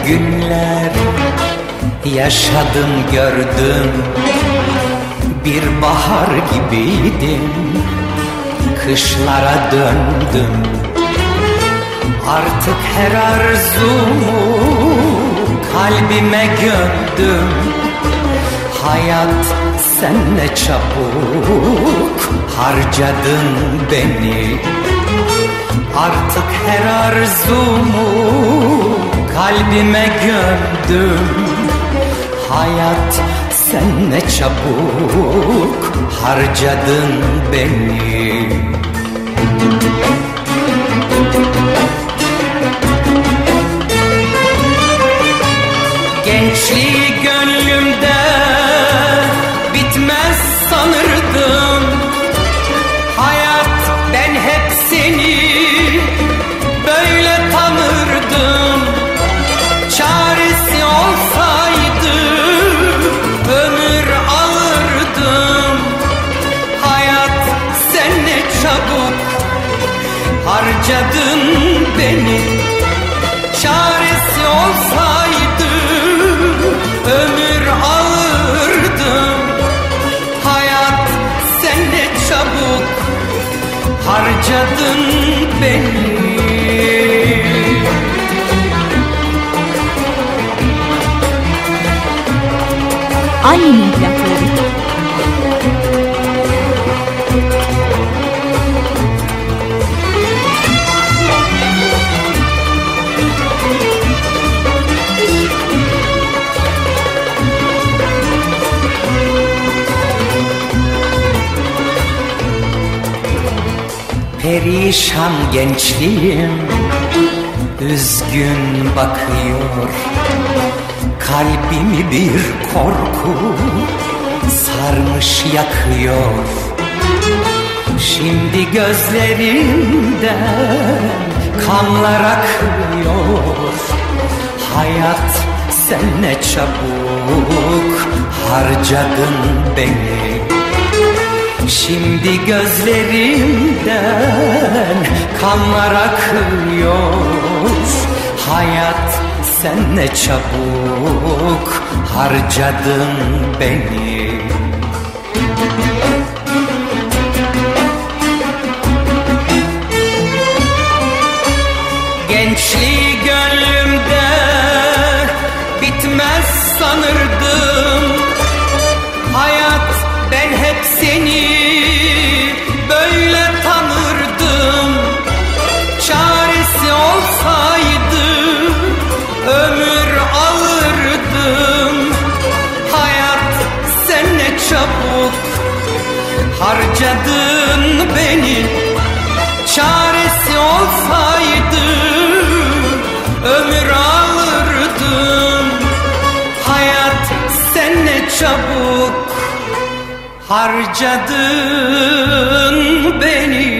günler yaşadım gördüm. Bir bahar gibiydim, kışlara döndüm. Artık her arzumu kalbime gömdüm. Hayat sen ne çabuk harcadın beni. Artık her arzumu kalbime gömdüm. Hayat sen ne çabuk harcadın beni. Gençliği gönlümde bitmez sanırdım. Hayat ben hep seni böyle tanırdım. Çaresi olsaydı ömür alırdım. Hayat sen ne çabuk harcadın beni. Çaresi olsaydı ömür alırdım. Hayat sen ne çabuk harcadın beni. Annemin plakları. Perişan gençliğim üzgün bakıyor. Kalbimi bir korku sarmış yakıyor. Şimdi gözlerimden kanlar akıyor. Hayat sen ne çabuk harcadın beni. Şimdi gözlerimden kanlar akıyor. Hayat sen ne çabuk harcadın beni. Gençliği gönlümde bitmez sanırdım. Hayat ben hep seni böyle tanırdım. Çaresi olsaydı ömür alırdım. Hayat sen ne çabuk harcadın beni. Çaresi olsaydı ömür alırdım. Hayat sen ne çabuk harcadın beni.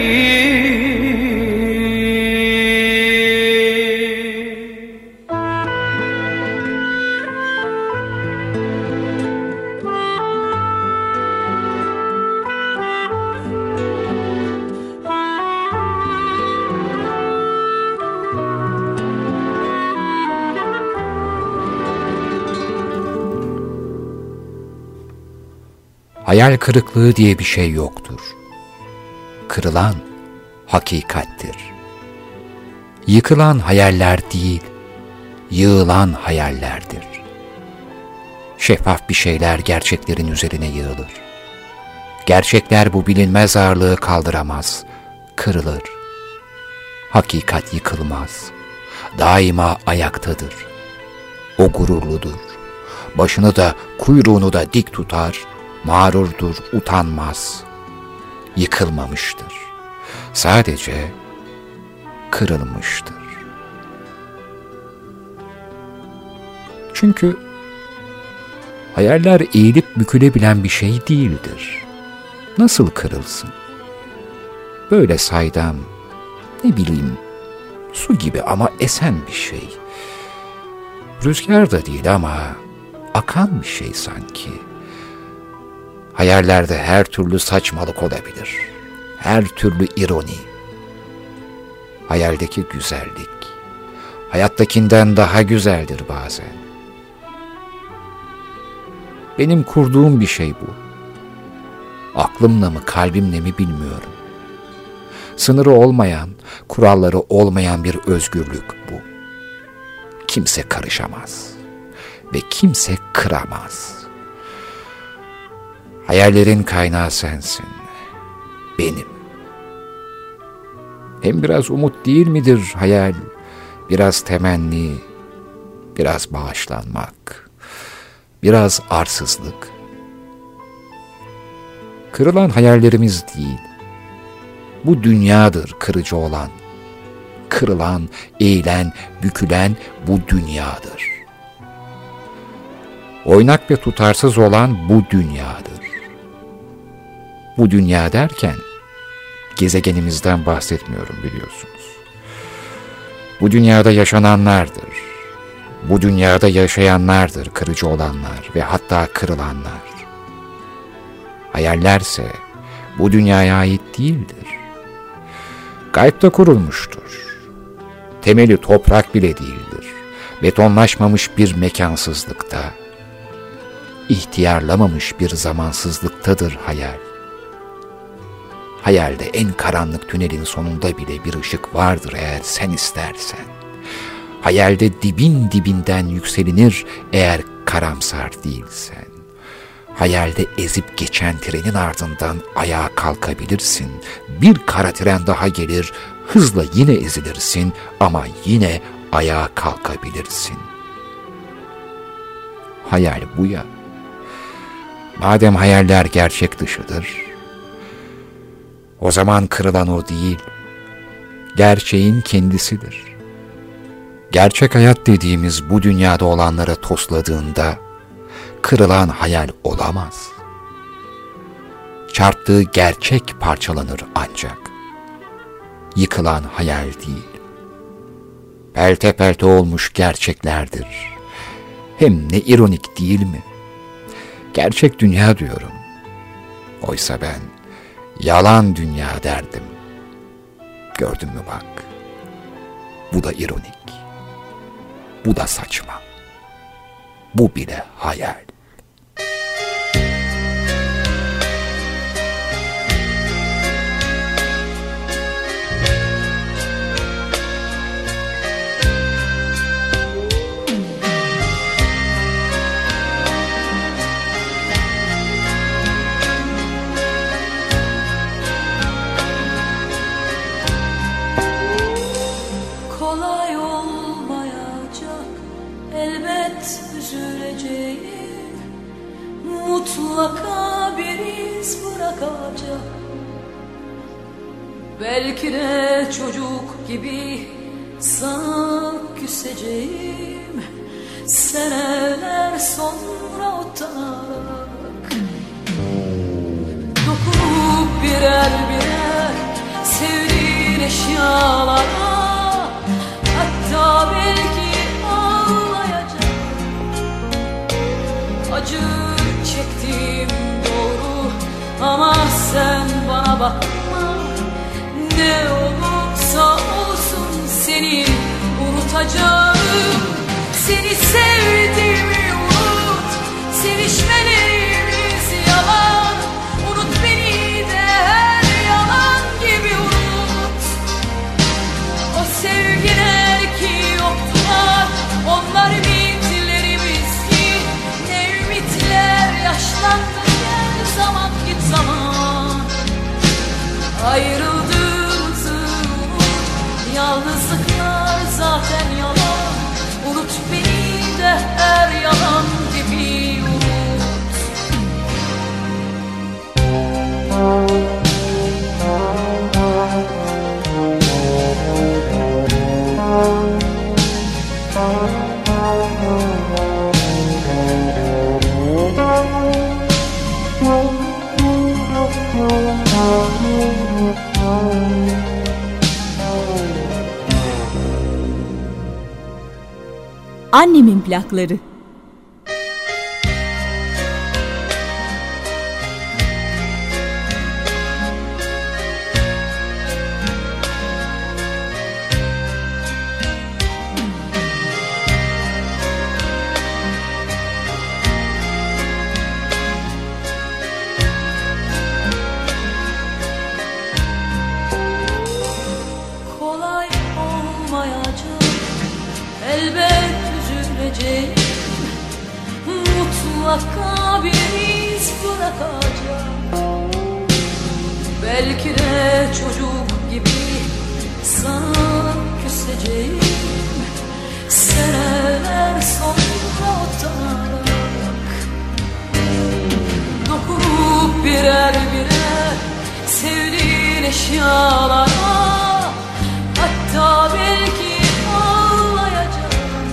Hayal kırıklığı diye bir şey yoktur. Kırılan hakikattir. Yıkılan hayaller değil, yığılan hayallerdir. Şeffaf bir şeyler gerçeklerin üzerine yığılır. Gerçekler bu bilinmez ağırlığı kaldıramaz, kırılır. Hakikat yıkılmaz, daima ayaktadır. O gururludur, başını da kuyruğunu da dik tutar, mağrurdur, utanmaz, yıkılmamıştır. Sadece kırılmıştır. Çünkü hayaller eğilip bükülebilen bir şey değildir. Nasıl kırılsın? Böyle saydam, ne bileyim, su gibi ama esen bir şey. Rüzgar da değil ama akan bir şey sanki. Hayallerde her türlü saçmalık olabilir. Her türlü ironi. Hayaldeki güzellik, hayattakinden daha güzeldir bazen. Benim kurduğum bir şey bu. Aklımla mı kalbimle mi bilmiyorum. Sınırı olmayan, kuralları olmayan bir özgürlük bu. Kimse karışamaz ve kimse kıramaz. Hayallerin kaynağı sensin, benim. Hem biraz umut değil midir hayal, biraz temenni, biraz bağışlanmak, biraz arsızlık. Kırılan hayallerimiz değil, bu dünyadır kırıcı olan. Kırılan, eğilen, bükülen bu dünyadır. Oynak ve tutarsız olan bu dünyadır. Bu dünya derken gezegenimizden bahsetmiyorum biliyorsunuz. Bu dünyada yaşananlardır. Bu dünyada yaşayanlardır kırıcı olanlar ve hatta kırılanlar. Hayallerse bu dünyaya ait değildir. Gaybta kurulmuştur. Temeli toprak bile değildir. Betonlaşmamış bir mekansızlıkta, ihtiyarlamamış bir zamansızlıktadır hayal. Hayalde en karanlık tünelin sonunda bile bir ışık vardır eğer sen istersen. Hayalde dibin dibinden yükselinir eğer karamsar değilsen. Hayalde ezip geçen trenin ardından ayağa kalkabilirsin. Bir kara tren daha gelir, hızla yine ezilirsin ama yine ayağa kalkabilirsin. Hayal bu ya. Madem hayaller gerçek dışıdır, o zaman kırılan o değil, gerçeğin kendisidir. Gerçek hayat dediğimiz bu dünyada olanları tosladığında, kırılan hayal olamaz. Çarptığı gerçek parçalanır ancak. Yıkılan hayal değil. Pelte pelte olmuş gerçeklerdir. Hem ne ironik değil mi? Gerçek dünya diyorum. Oysa ben yalan dünya derdim. Gördün mü bak. Bu da ironik. Bu da saçma. Bu bile hayal. Kolay olmayacak, elbet üzüleceğim. Mutlaka bir iz bırakacak. Belki de çocuk gibi sana küseceğim. Seneler sonra utanarak dokunup birer birer sevdiğin eşyalara, hatta belki ağlayacak. Acı çektiğim doğru ama sen bana bakma. Ne olursa olsun seni unutacağım. Seni sevdiğimi unut, sevişmelerimiz yalan. Unut beni de her yalan gibi unut. O sevgiler ki yoktular, onlar ümitlerimizdi. Ne ümitler yaşlandı, gel zaman git zaman. Ayrıldığımızı unut, yalnızlıklar zaten yalan. Unut beni de her yalan gibi unut. Annemin plakları. mutlaka bir iz bırakacak. Belki de çocuk gibi sana küseceğim, seneler sonra utanarak. Dokunup birer birer sevdiğin eşyalara, hatta belki ağlayacağım.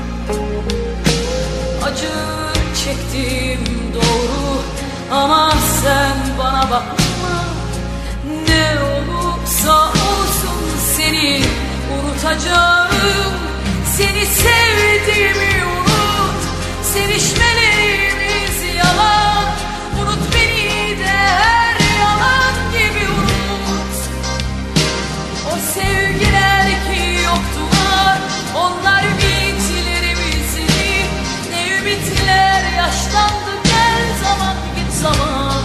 Acı çektiğim doğru ama sen bana bakma. Ne olursa olsun seni unutacağım. Seni sevdiğimi unut, sevişmelerimiz yalan. Unut beni de her yalan gibi unut. O sevgiler ki yoktular, onlar ümitlerimizi. Ne ümitler yaşlandı, gel zaman git zaman.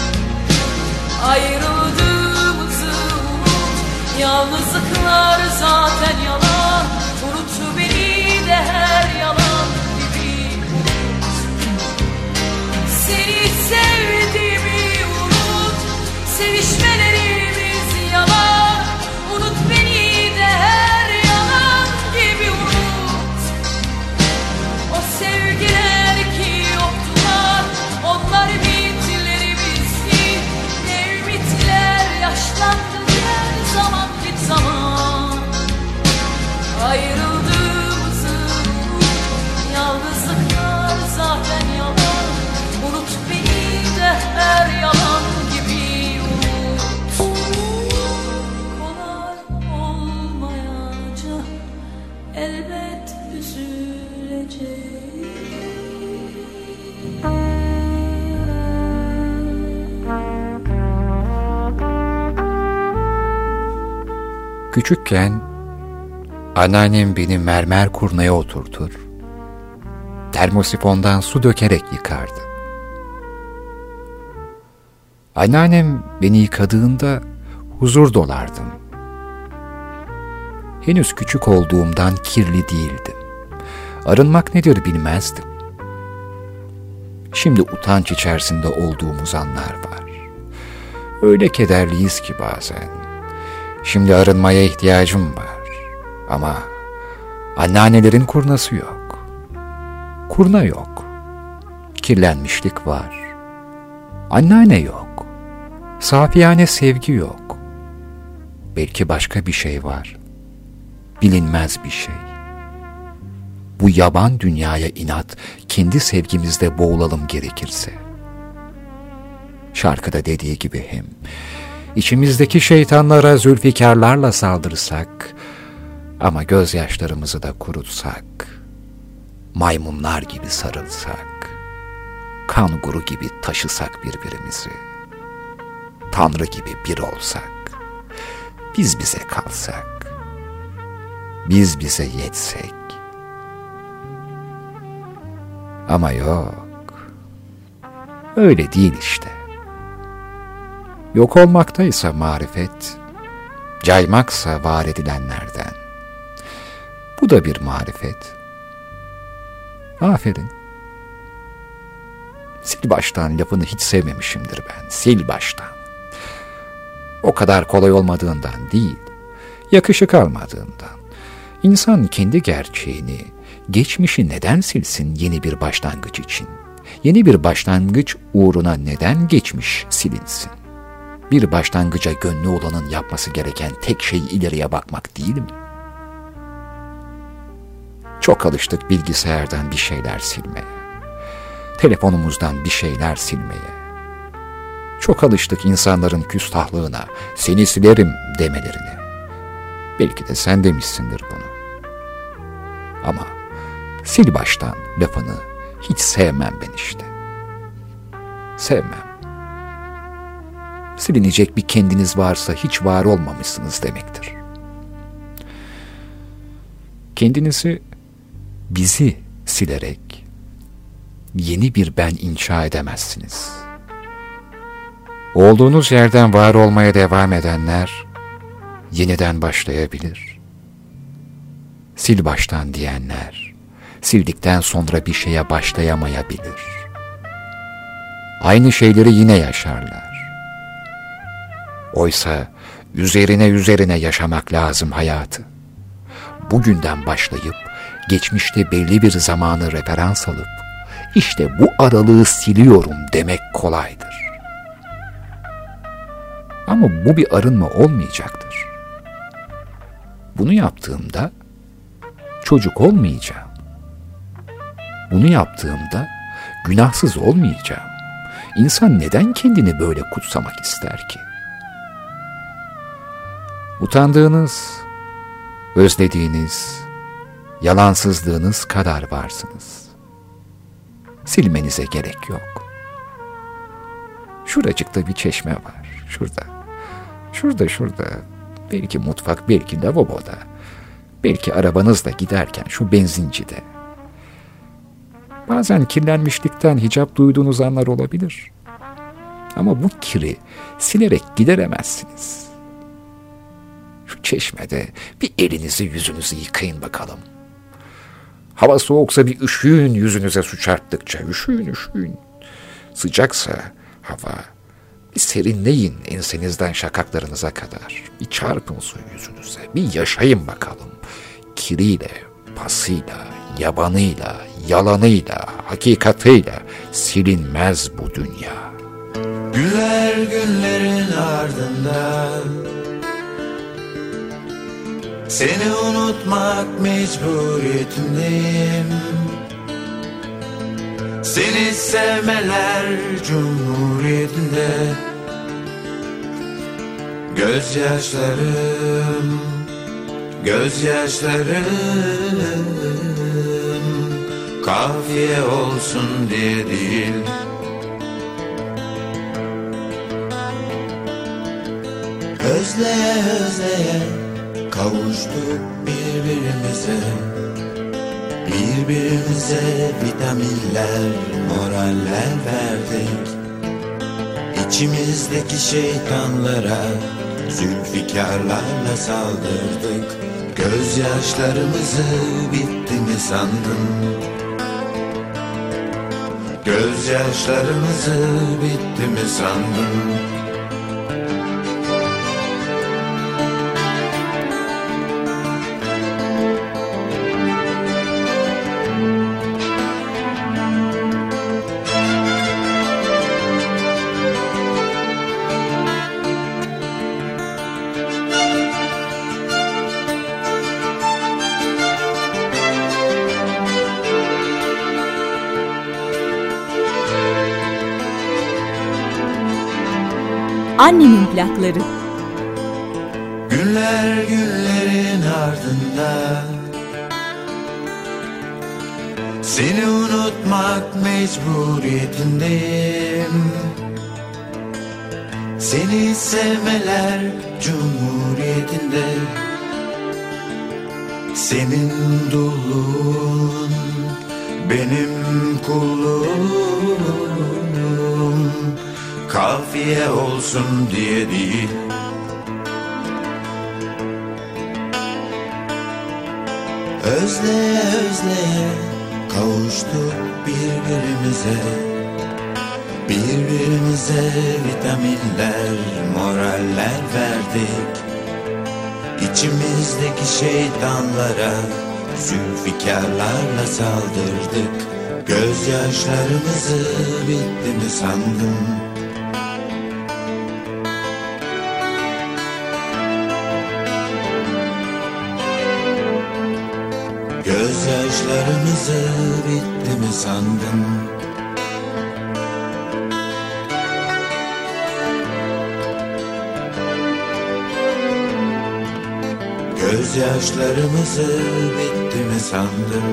Ayrıldığımızı unut, yalnızlıklar zaten yalan. Unut beni de her yalan gibi unut. Seni sevdiğimi unut, sevişmelerimiz yalan. Unut beni de her yalan gibi unut. O sevgiler ki yoktular, onlar ümitlerimizdi. Ne ümitler yaşlandı, gel zaman git zaman. Ayrıldığımızı unut, yalnızlıklar zaten yalan. Unut beni de her yalan gibi unut. Kolay olmayacak, elbet üzülecek. Küçükken anneannem beni mermer kurnaya oturtur, termosifondan su dökerek yıkardı. Anneannem beni yıkadığında huzur dolardım. Henüz küçük olduğumdan kirli değildim. Arınmak nedir bilmezdim. Şimdi utanç içerisinde olduğumuz anlar var. Öyle kederliyiz ki bazen. Şimdi arınmaya ihtiyacım var. Ama anneannelerin kurnası yok. Kurna yok. Kirlenmişlik var. Anneanne yok. Safiyane sevgi yok. Belki başka bir şey var. Bilinmez bir şey. Bu yaban dünyaya inat, kendi sevgimizde boğulalım gerekirse. Şarkıda dediği gibi hem, içimizdeki şeytanlara zülfikarlarla saldırsak, ama gözyaşlarımızı da kurutsak, maymunlar gibi sarılsak, kanguru gibi taşısak birbirimizi, Tanrı gibi bir olsak, biz bize kalsak, biz bize yetsek. Ama yok, öyle değil işte. Yok olmaktaysa marifet, caymaksa var edilenlerden. Bu da bir marifet. Aferin. Sil baştan lafını hiç sevmemişimdir ben. Sil baştan. O kadar kolay olmadığından değil, yakışık almadığından. İnsan kendi gerçeğini, geçmişi neden silsin yeni bir başlangıç için? Yeni bir başlangıç uğruna neden geçmiş silinsin? Bir başlangıca gönlü olanın yapması gereken tek şey ileriye bakmak değil mi? Çok alıştık bilgisayardan bir şeyler silmeye, telefonumuzdan bir şeyler silmeye. Çok alıştık insanların küstahlığına, seni silerim demelerine. Belki de sen demişsindir bunu. Ama sil baştan lafını hiç sevmem ben işte. Sevmem. Silinecek bir kendiniz varsa hiç var olmamışsınız demektir. Kendinizi, bizi silerek yeni bir ben inşa edemezsiniz. Olduğunuz yerden var olmaya devam edenler yeniden başlayabilir. Sil baştan diyenler sildikten sonra bir şeye başlayamayabilir. aynı şeyleri yine yaşarlar. Oysa üzerine yaşamak lazım hayatı. Bugünden başlayıp geçmişte belli bir zamanı referans alıp işte bu aralığı siliyorum demek kolaydır. Ama bu bir arınma olmayacaktır. Bunu yaptığımda çocuk olmayacağım. Bunu yaptığımda günahsız olmayacağım. İnsan neden kendini böyle kutsamak ister ki? Utandığınız, özlediğiniz, yalansızlığınız kadar varsınız. Silmenize gerek yok. Şuracıkta bir çeşme var, şurada. Şurada. Belki mutfak, belki lavaboda. Belki arabanızla giderken şu benzincide. Bazen kirlenmişlikten hicap duyduğunuz anlar olabilir. Ama bu kiri silerek gideremezsiniz. Şu çeşmede bir elinizi yüzünüzü yıkayın bakalım. Hava soğuksa bir üşüyün yüzünüze su çarptıkça. Üşüyün. Sıcaksa hava, bir serinleyin ensenizden şakaklarınıza kadar. Bir çarpın su yüzünüze, bir yaşayın bakalım. Kiriyle, pasıyla, yabanıyla, yalanıyla, hakikatiyle silinmez bu dünya. Güller günlerin ardından seni unutmak mecburiyetindeyim. Seni sevmeler cumhuriyetinde. Gözyaşlarım kafiye olsun diye değil. Özleye kavuştuk birbirimize. Birbirimize vitaminler, moraller verdik. İçimizdeki şeytanlara zülfikarlarla saldırdık. Gözyaşlarımızı bitti mi sandın? Gözyaşlarımızı bitti mi sandın? Annemin plakları. Günler günlerin ardında seni unutmak mecburiyetindeyim. Seni sevmeler cumhuriyetinde. Senin dulluğun benim kulluğum. Kafiye olsun diye değil. Özleye kavuştuk birbirimize. Birbirimize vitaminler, moraller verdik. İçimizdeki şeytanlara zülfikarlarla saldırdık. Gözyaşlarımızı bitti mi sandın? Gözyaşlarımızı bitti mi sandın? Gözyaşlarımızı bitti mi sandın?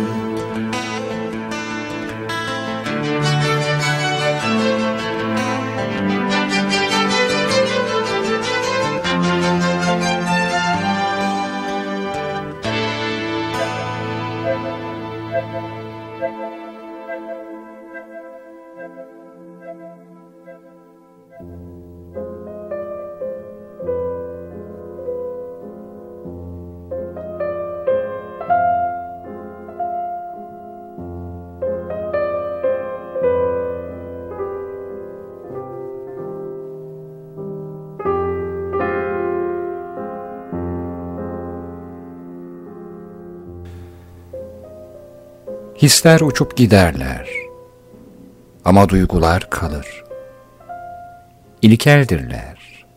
Hisler uçup giderler ama duygular kalır. İlkeldirler.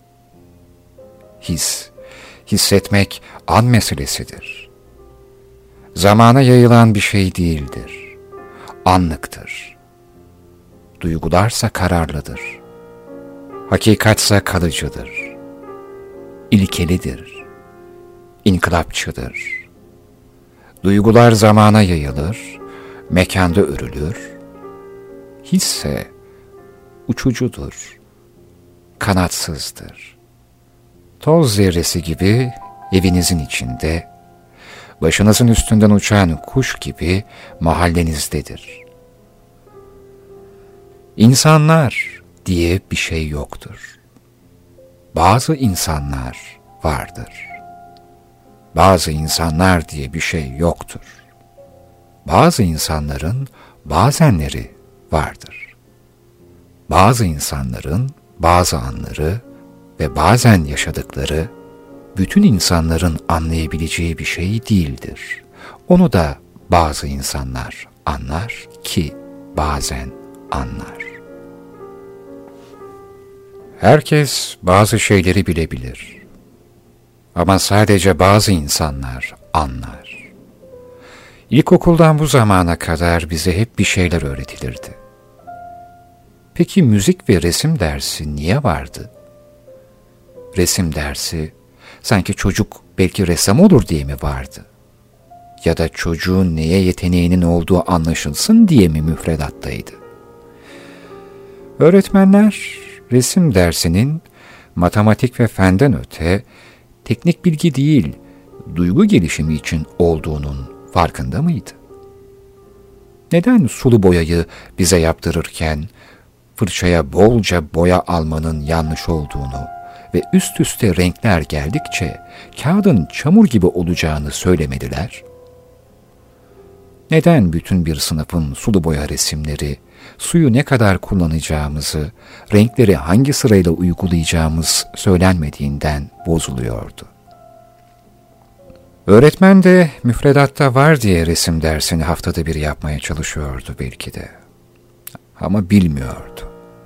Hissetmek an meselesidir. Zamana yayılan bir şey değildir. Anlıktır. Duygularsa kararlıdır. Hakikatsa kalıcıdır. İlkelidir. İnkılapçıdır. Duygular zamana yayılır, mekanda örülür. Hisse uçucudur, kanatsızdır. Toz zerresi gibi evinizin içinde, başınızın üstünden uçan kuş gibi mahallenizdedir. İnsanlar diye bir şey yoktur. Bazı insanlar vardır. Bazı insanlar diye bir şey yoktur. Bazı insanların bazenleri vardır. Bazı insanların bazı anları ve bazen yaşadıkları bütün insanların anlayabileceği bir şey değildir. Onu da bazı insanlar anlar ki bazen anlar. Herkes bazı şeyleri bilebilir. Ama sadece bazı insanlar anlar. İlkokuldan bu zamana kadar bize hep bir şeyler öğretilirdi. Peki müzik ve resim dersi niye vardı? Resim dersi sanki çocuk belki ressam olur diye mi vardı? Ya da çocuğun neye yeteneğinin olduğu anlaşılsın diye mi müfredattaydı? Öğretmenler resim dersinin matematik ve fenden öte teknik bilgi değil, duygu gelişimi için olduğunun farkında mıydı? Neden sulu boyayı bize yaptırırken fırçaya bolca boya almanın yanlış olduğunu ve üst üste renkler geldikçe kağıdın çamur gibi olacağını söylemediler? Neden bütün bir sınıfın sulu boya resimleri, suyu ne kadar kullanacağımızı, renkleri hangi sırayla uygulayacağımız söylenmediğinden bozuluyordu? Öğretmen de müfredatta var diye resim dersini haftada bir yapmaya çalışıyordu belki de. Ama bilmiyordu.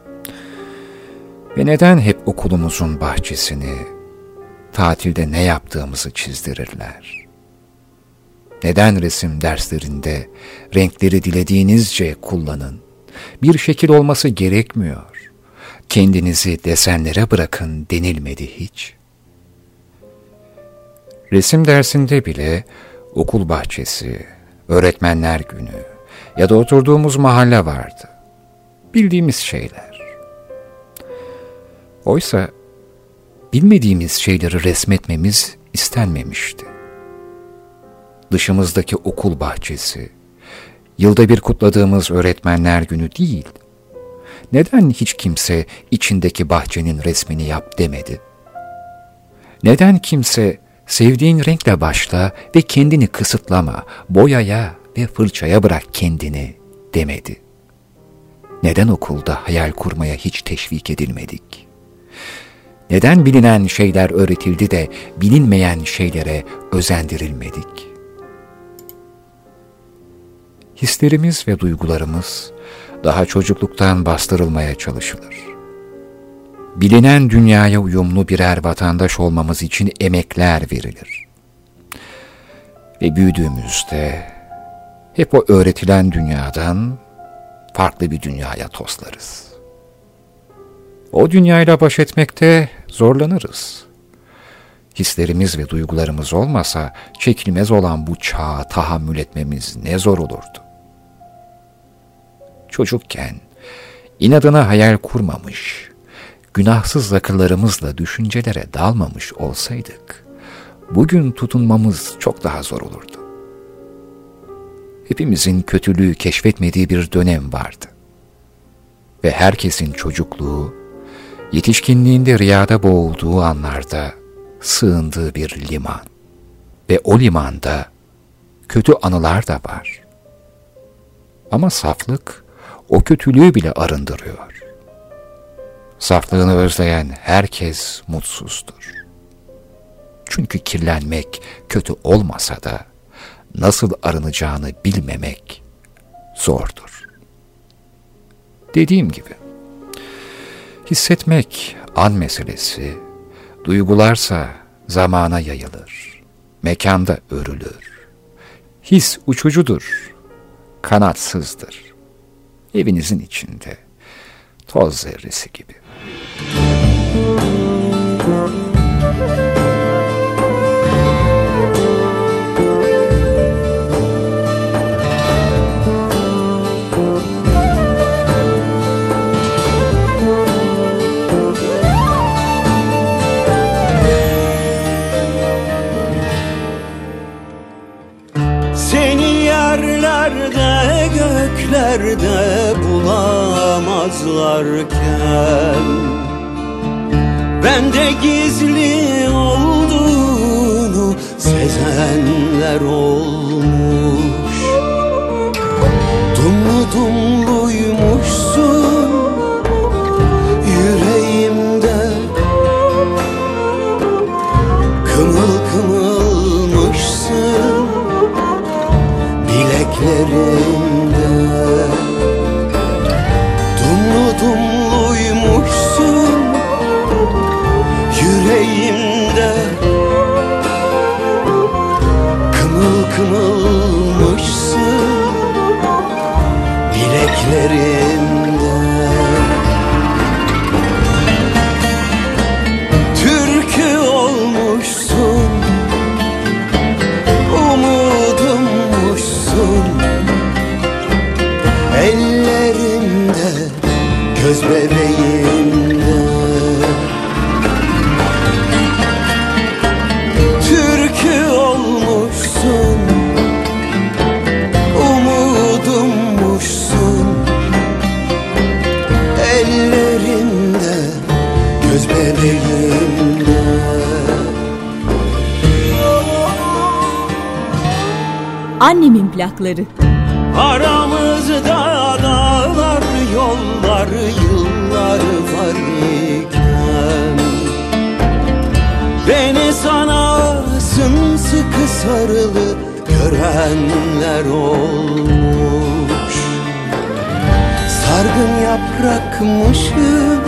Ve neden hep okulumuzun bahçesini, tatilde ne yaptığımızı çizdirirler? Neden resim derslerinde renkleri dilediğinizce kullanın, bir şekil olması gerekmiyor, kendinizi desenlere bırakın denilmedi hiç? Resim dersinde bile okul bahçesi, öğretmenler günü ya da oturduğumuz mahalle vardı. Bildiğimiz şeyler. Oysa bilmediğimiz şeyleri resmetmemiz istenmemişti. Dışımızdaki okul bahçesi, yılda bir kutladığımız öğretmenler günü değil. Neden hiç kimse içindeki bahçenin resmini yap demedi? Neden kimse sevdiğin renkle başla ve kendini kısıtlama, boyaya ve fırçaya bırak kendini demedi? Neden okulda hayal kurmaya hiç teşvik edilmedik? Neden bilinen şeyler öğretildi de bilinmeyen şeylere özendirilmedik? Hislerimiz ve duygularımız daha çocukluktan bastırılmaya çalışılır. Bilinen dünyaya uyumlu birer vatandaş olmamız için emekler verilir. Ve büyüdüğümüzde hep o öğretilen dünyadan farklı bir dünyaya toslarız. O dünyayla baş etmekte zorlanırız. Hislerimiz ve duygularımız olmasa çekilmez olan bu çağa tahammül etmemiz ne zor olurdu. Çocukken inadına hayal kurmamış, günahsız akıllarımızla düşüncelere dalmamış olsaydık, bugün tutunmamız çok daha zor olurdu. Hepimizin kötülüğü keşfetmediği bir dönem vardı. Ve herkesin çocukluğu, yetişkinliğinde rüyada boğulduğu anlarda sığındığı bir liman. Ve o limanda kötü anılar da var. Ama saflık o kötülüğü bile arındırıyor. Saflığını özleyen herkes mutsuzdur. Çünkü kirlenmek kötü olmasa da nasıl arınacağını bilmemek zordur. Dediğim gibi, hissetmek an meselesi, duygularsa zamana yayılır, mekanda örülür. His uçucudur, kanatsızdır. Evinizin içinde, toz zerresi gibi. Yerlerde göklerde bulamazlarken bende gizli olduğunu sezenler olmuş. Dumlu dumluymuşsun yüreğimde, kımıl kımılmışsın bileklerimde. Dumlu dumluymuşsun yüreğimde, kımıl kımılmışsın bileklerimde. Türkü olmuşsun, umudummuşsun, ellerimde, göz bebeğimde. Türkü olmuşsun, umudummuşsun, ellerimde, göz bebeğimde. Annemin plakları. Aramızda dağlar, yollar, yıllar var iken beni sana sımsıkı sarılı görenler olmuş. Sargın yaprakmışım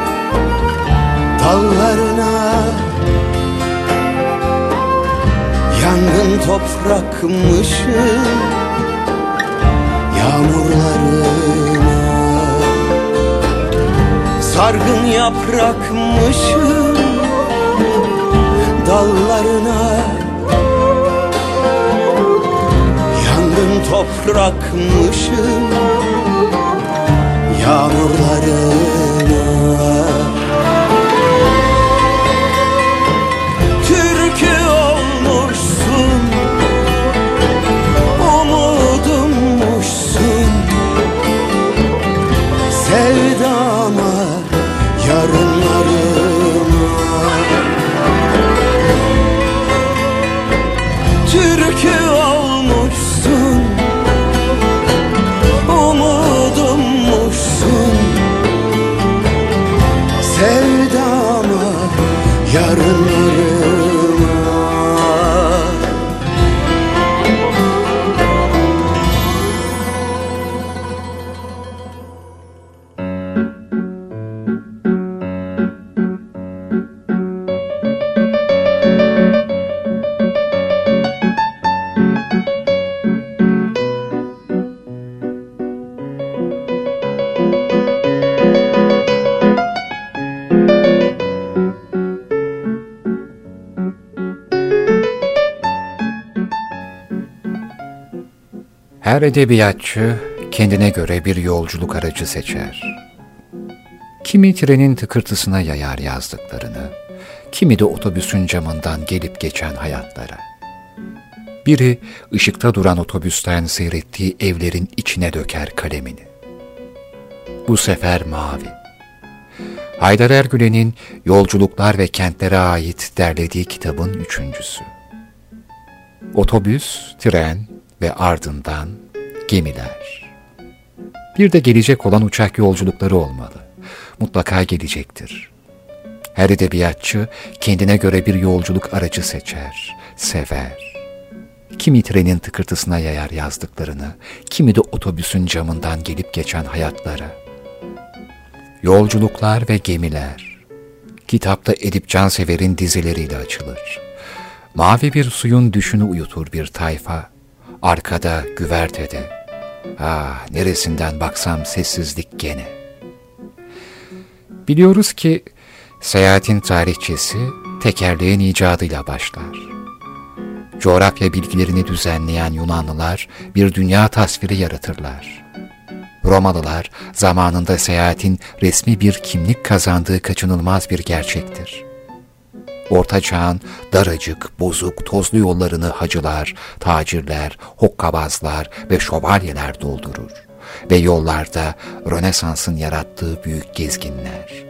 dallarına, yangın toprakmışım yağmurlarına. Sargın yaprakmışım dallarına, yangın toprakmışım yağmurlarına. Türkü olmuşsun, umudummuşsun, sevdama, yarınlarıma. Türkü olmuşsun, umudummuşsun, sevdama, yarınlarıma. Her edebiyatçı kendine göre bir yolculuk aracı seçer. Kimi trenin tıkırtısına yayar yazdıklarını, kimi de otobüsün camından gelip geçen hayatlara. Biri ışıkta duran otobüsten seyrettiği evlerin içine döker kalemini. Bu sefer mavi. Haydar Ergülen'in Yolculuklar ve Kentlere ait derlediği kitabın üçüncüsü. Otobüs, tren ve ardından gemiler. Bir de gelecek olan uçak yolculukları olmalı. Mutlaka gelecektir. Her edebiyatçı kendine göre bir yolculuk aracı seçer, sever. Kimi trenin tıkırtısına yayar yazdıklarını, kimi de otobüsün camından gelip geçen hayatlara. Yolculuklar ve gemiler, kitapta Edip Cansever'in dizileriyle açılır. Mavi bir suyun düşünü uyutur bir tayfa, arkada güvertede. Ah, neresinden baksam sessizlik gene. Biliyoruz ki seyahatin tarihçesi tekerleğin icadıyla başlar. Coğrafya bilgilerini düzenleyen Yunanlılar bir dünya tasviri yaratırlar. Romalılar zamanında seyahatin resmi bir kimlik kazandığı kaçınılmaz bir gerçektir. Orta Çağ'ın daracık, bozuk, tozlu yollarını hacılar, tacirler, hokkabazlar ve şövalyeler doldurur. Ve yollarda Rönesans'ın yarattığı büyük gezginler.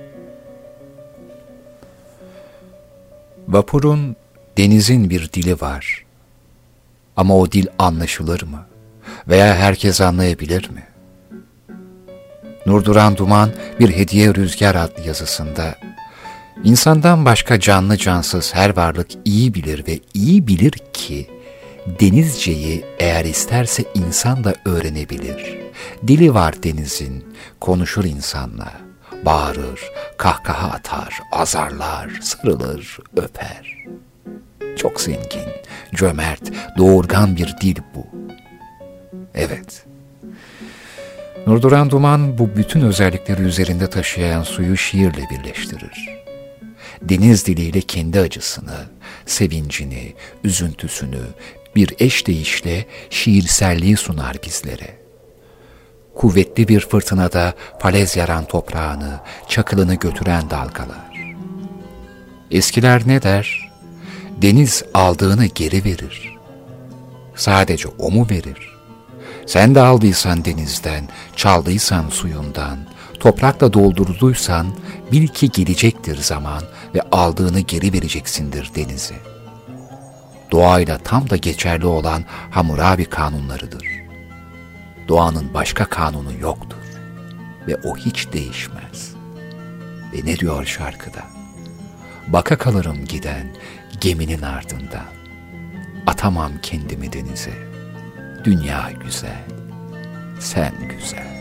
Vapurun, denizin bir dili var. Ama o dil anlaşılır mı? Veya herkes anlayabilir mi? Nurduran Duman bir Hediye Rüzgar adlı yazısında, İnsandan başka canlı cansız her varlık iyi bilir ve iyi bilir ki, denizceyi eğer isterse insan da öğrenebilir. Dili var denizin, konuşur insanla, bağırır, kahkaha atar, azarlar, sarılır, öper. Çok zengin, cömert, doğurgan bir dil bu. Evet. Nurduran Duman bu bütün özellikleri üzerinde taşıyan suyu şiirle birleştirir. Deniz diliyle kendi acısını, sevincini, üzüntüsünü bir eşdeğişle şiirselliği sunar bizlere. Kuvvetli bir fırtınada falez yaran toprağını, çakılını götüren dalgalar. Eskiler ne der? Deniz aldığını geri verir. Sadece o mu verir? Sen de aldıysan denizden, çaldıysan suyundan, toprakla doldurduysan bil ki gelecektir zaman ve aldığını geri vereceksindir denize. Doğayla tam da geçerli olan Hammurabi kanunlarıdır. Doğanın başka kanunu yoktur ve o hiç değişmez. Ve ne diyor şarkıda? Baka kalırım giden geminin ardından, atamam kendimi denize. Dünya güzel, sen güzel.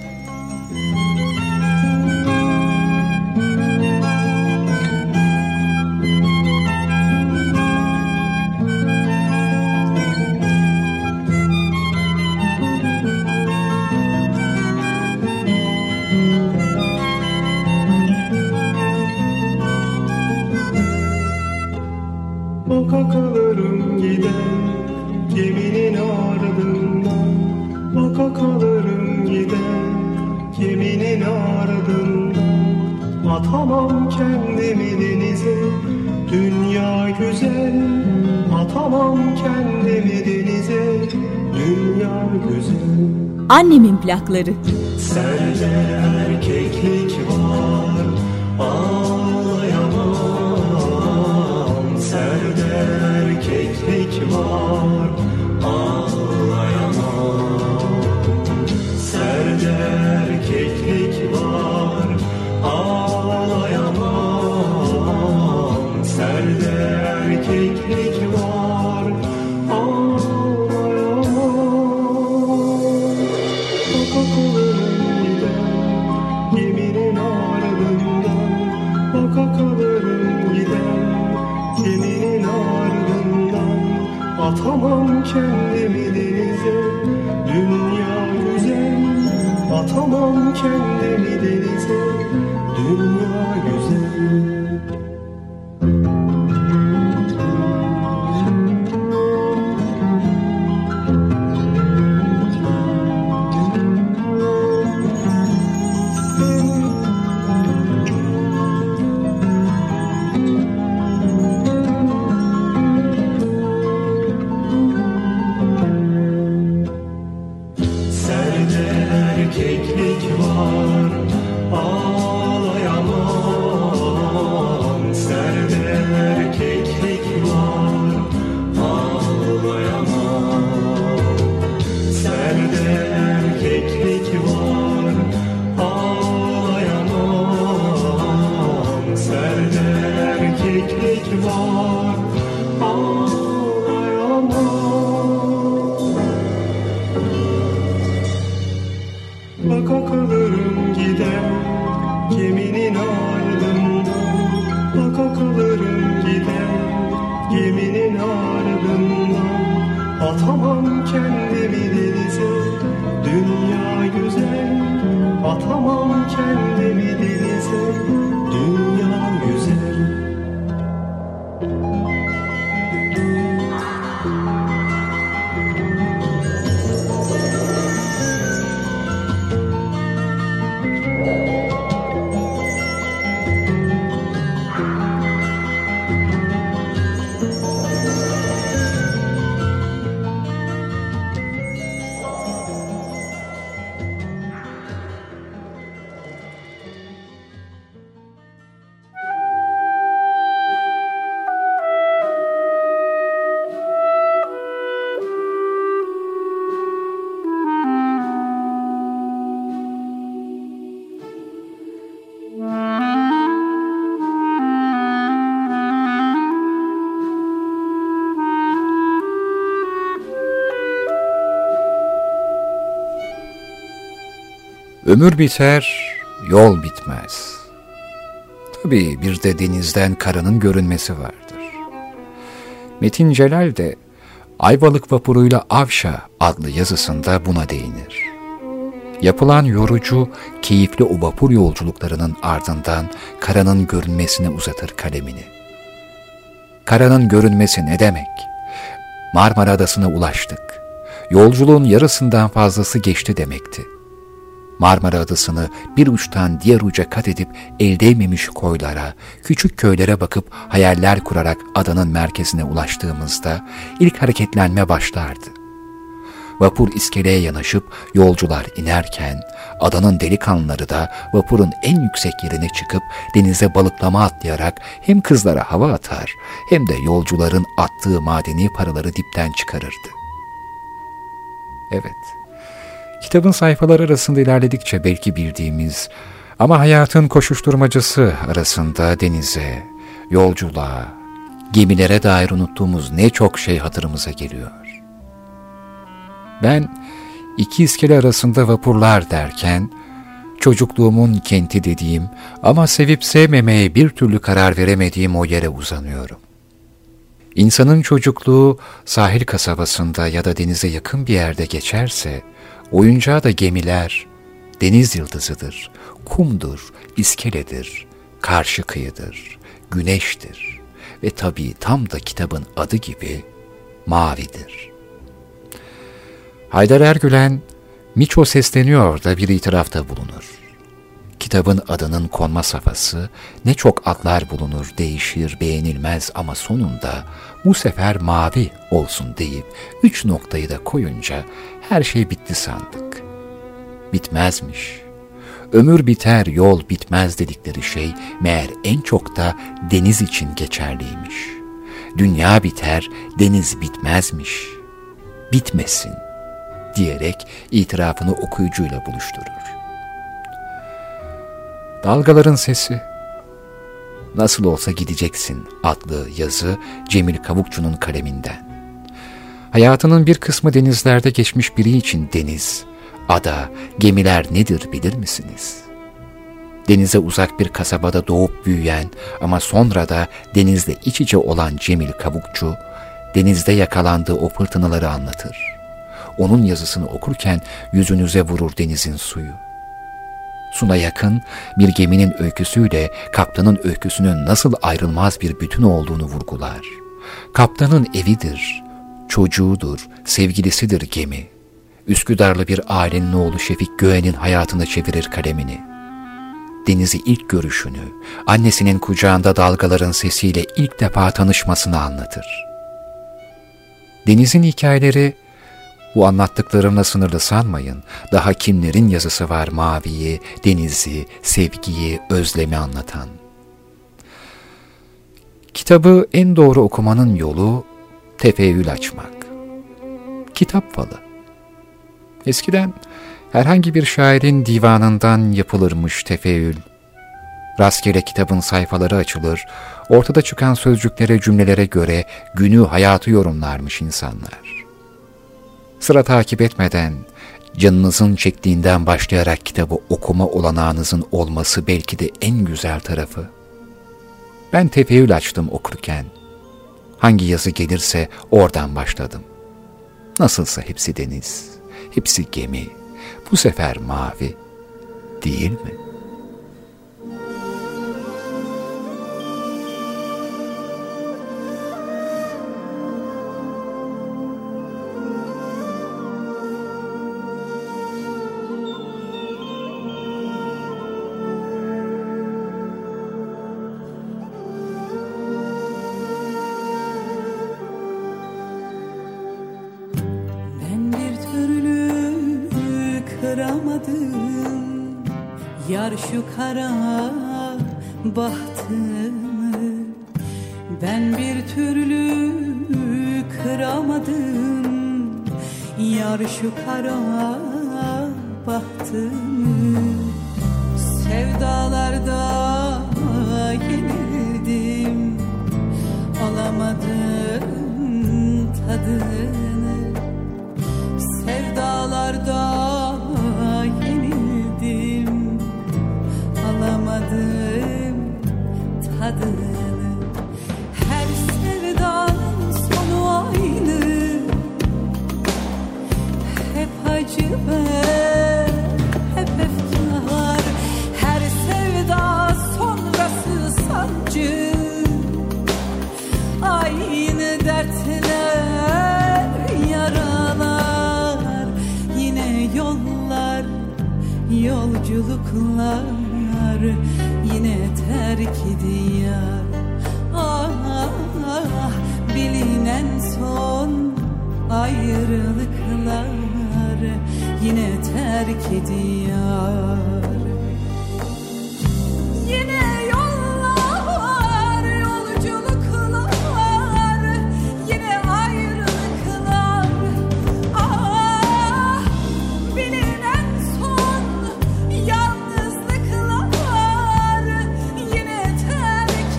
Baka kalırım giden geminin ardından, baka kalırım giden geminin ardından. Atamam kendimi denize, dünya güzel. Atamam kendimi denize, dünya güzel. Annemin plakları. Sende erkeklik var, ağlayamam. Sende erkeklik var, ağlayamam. Sende erkeklik var, ağlayamam. Sende erkeklik var, ağlayamam. Baka kalırım giden geminin ardından, baka kalırım giden geminin ardından. Atamam kendimi denize, dünya güzel. Atamam kendimi denize, dünya güzel. Sende erkeklik var, Atamam kendimi denize, dünya güzel. Atamam kendimi denize, dünya güzel. Ömür biter, yol bitmez. Tabii bir de denizden karanın görünmesi vardır. Metin Celal de Ayvalık vapuruyla Avşa adlı yazısında buna değinir. Yapılan yorucu, keyifli o vapur yolculuklarının ardından karanın görünmesine uzatır kalemini. Karanın görünmesi ne demek? Marmara Adası'na ulaştık. Yolculuğun yarısından fazlası geçti demekti. Marmara Adası'nı bir uçtan diğer uca kat edip el değmemiş koylara, küçük köylere bakıp hayaller kurarak adanın merkezine ulaştığımızda ilk hareketlenme başlardı. Vapur iskeleye yanaşıp yolcular inerken adanın delikanlıları da vapurun en yüksek yerine çıkıp denize balıklama atlayarak hem kızlara hava atar hem de yolcuların attığı madeni paraları dipten çıkarırdı. Evet. Kitabın sayfaları arasında ilerledikçe belki bildiğimiz ama hayatın koşuşturmacası arasında denize, yolculuğa, gemilere dair unuttuğumuz ne çok şey hatırımıza geliyor. Ben iki iskele arasında vapurlar derken çocukluğumun kenti dediğim ama sevip sevmemeye bir türlü karar veremediğim o yere uzanıyorum. İnsanın çocukluğu sahil kasabasında ya da denize yakın bir yerde geçerse, oyuncağı da gemiler, deniz yıldızıdır, kumdur, iskeledir, karşı kıyıdır, güneştir ve tabii tam da kitabın adı gibi mavidir. Haydar Ergülen, Miço sesleniyor da bir itirafta bulunur. Kitabın adının konma safhası, ne çok adlar bulunur, değişir, beğenilmez ama sonunda bu sefer mavi olsun deyip 3 noktayı da koyunca her şey bitti sandık. Bitmezmiş. Ömür biter, yol bitmez dedikleri şey meğer en çok da deniz için geçerliymiş. Dünya biter, deniz bitmezmiş. Bitmesin diyerek itirafını okuyucuyla buluşturur. Dalgaların Sesi, Nasıl Olsa Gideceksin adlı yazı Cemil Kavukçu'nun kaleminden. Hayatının bir kısmı denizlerde geçmiş biri için deniz, ada, gemiler nedir bilir misiniz? Denize uzak bir kasabada doğup büyüyen ama sonra da denizle iç içe olan Cemil Kavukçu, denizde yakalandığı o fırtınaları anlatır. Onun yazısını okurken yüzünüze vurur denizin suyu. Suna yakın bir geminin öyküsüyle kaptanın öyküsünün nasıl ayrılmaz bir bütün olduğunu vurgular. Kaptanın evidir, çocuğudur, sevgilisidir gemi. Üsküdarlı bir ailenin oğlu Şefik Göğen'in hayatını çevirir kalemini. Denizi ilk görüşünü, annesinin kucağında dalgaların sesiyle ilk defa tanışmasını anlatır. Denizin hikayeleri, bu anlattıklarımla sınırlı sanmayın, daha kimlerin yazısı var maviyi, denizi, sevgiyi, özlemi anlatan. Kitabı en doğru okumanın yolu tefeyyül açmak. Kitap falı. Eskiden herhangi bir şairin divanından yapılırmış tefeyyül. Rastgele kitabın sayfaları açılır, ortada çıkan sözcüklere, cümlelere göre günü, hayatı yorumlarmış insanlar. Sıra takip etmeden, canınızın çektiğinden başlayarak kitabı okuma olanağınızın olması belki de en güzel tarafı. Ben tefeyyül açtım okurken. Hangi yazı gelirse oradan başladım. Nasılsa hepsi deniz, hepsi gemi, bu sefer mavi, değil mi? Yar şu kara bahtımı ben bir türlü kıramadım. Yar şu kara bahtımı sevdalarda yenildim, alamadım tadını. Sevdalarda yenildim, alamadım tadını. Her sevdanın sonu aynı, hep acı ve hep efkar. Her sevda sonrası sancı, aynı dertler, yaralar. Yine yollar, yolculuklar, yine terk diyar. Ah, ah, bilinen son ayrılıklar, yine terk diyar. Yine yollar, yolculuklar, yine ayrılıklar. Ah, bilinen son yalnızlıklar, yine terk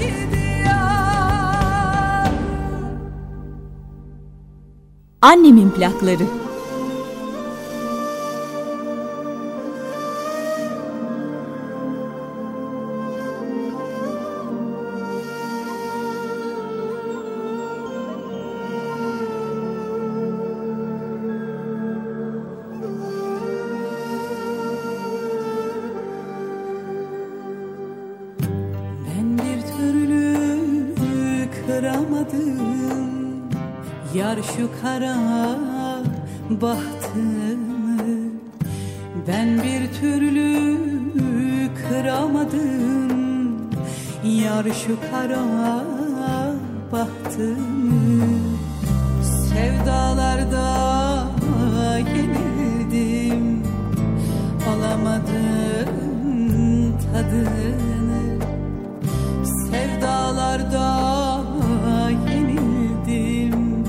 diyar. Annemin plakları. Yar şu kara bahtımı ben bir türlü kıramadım. Yar şu kara bahtımı sevdalarda yenildim, alamadım tadını. Sevdalarda yenildim,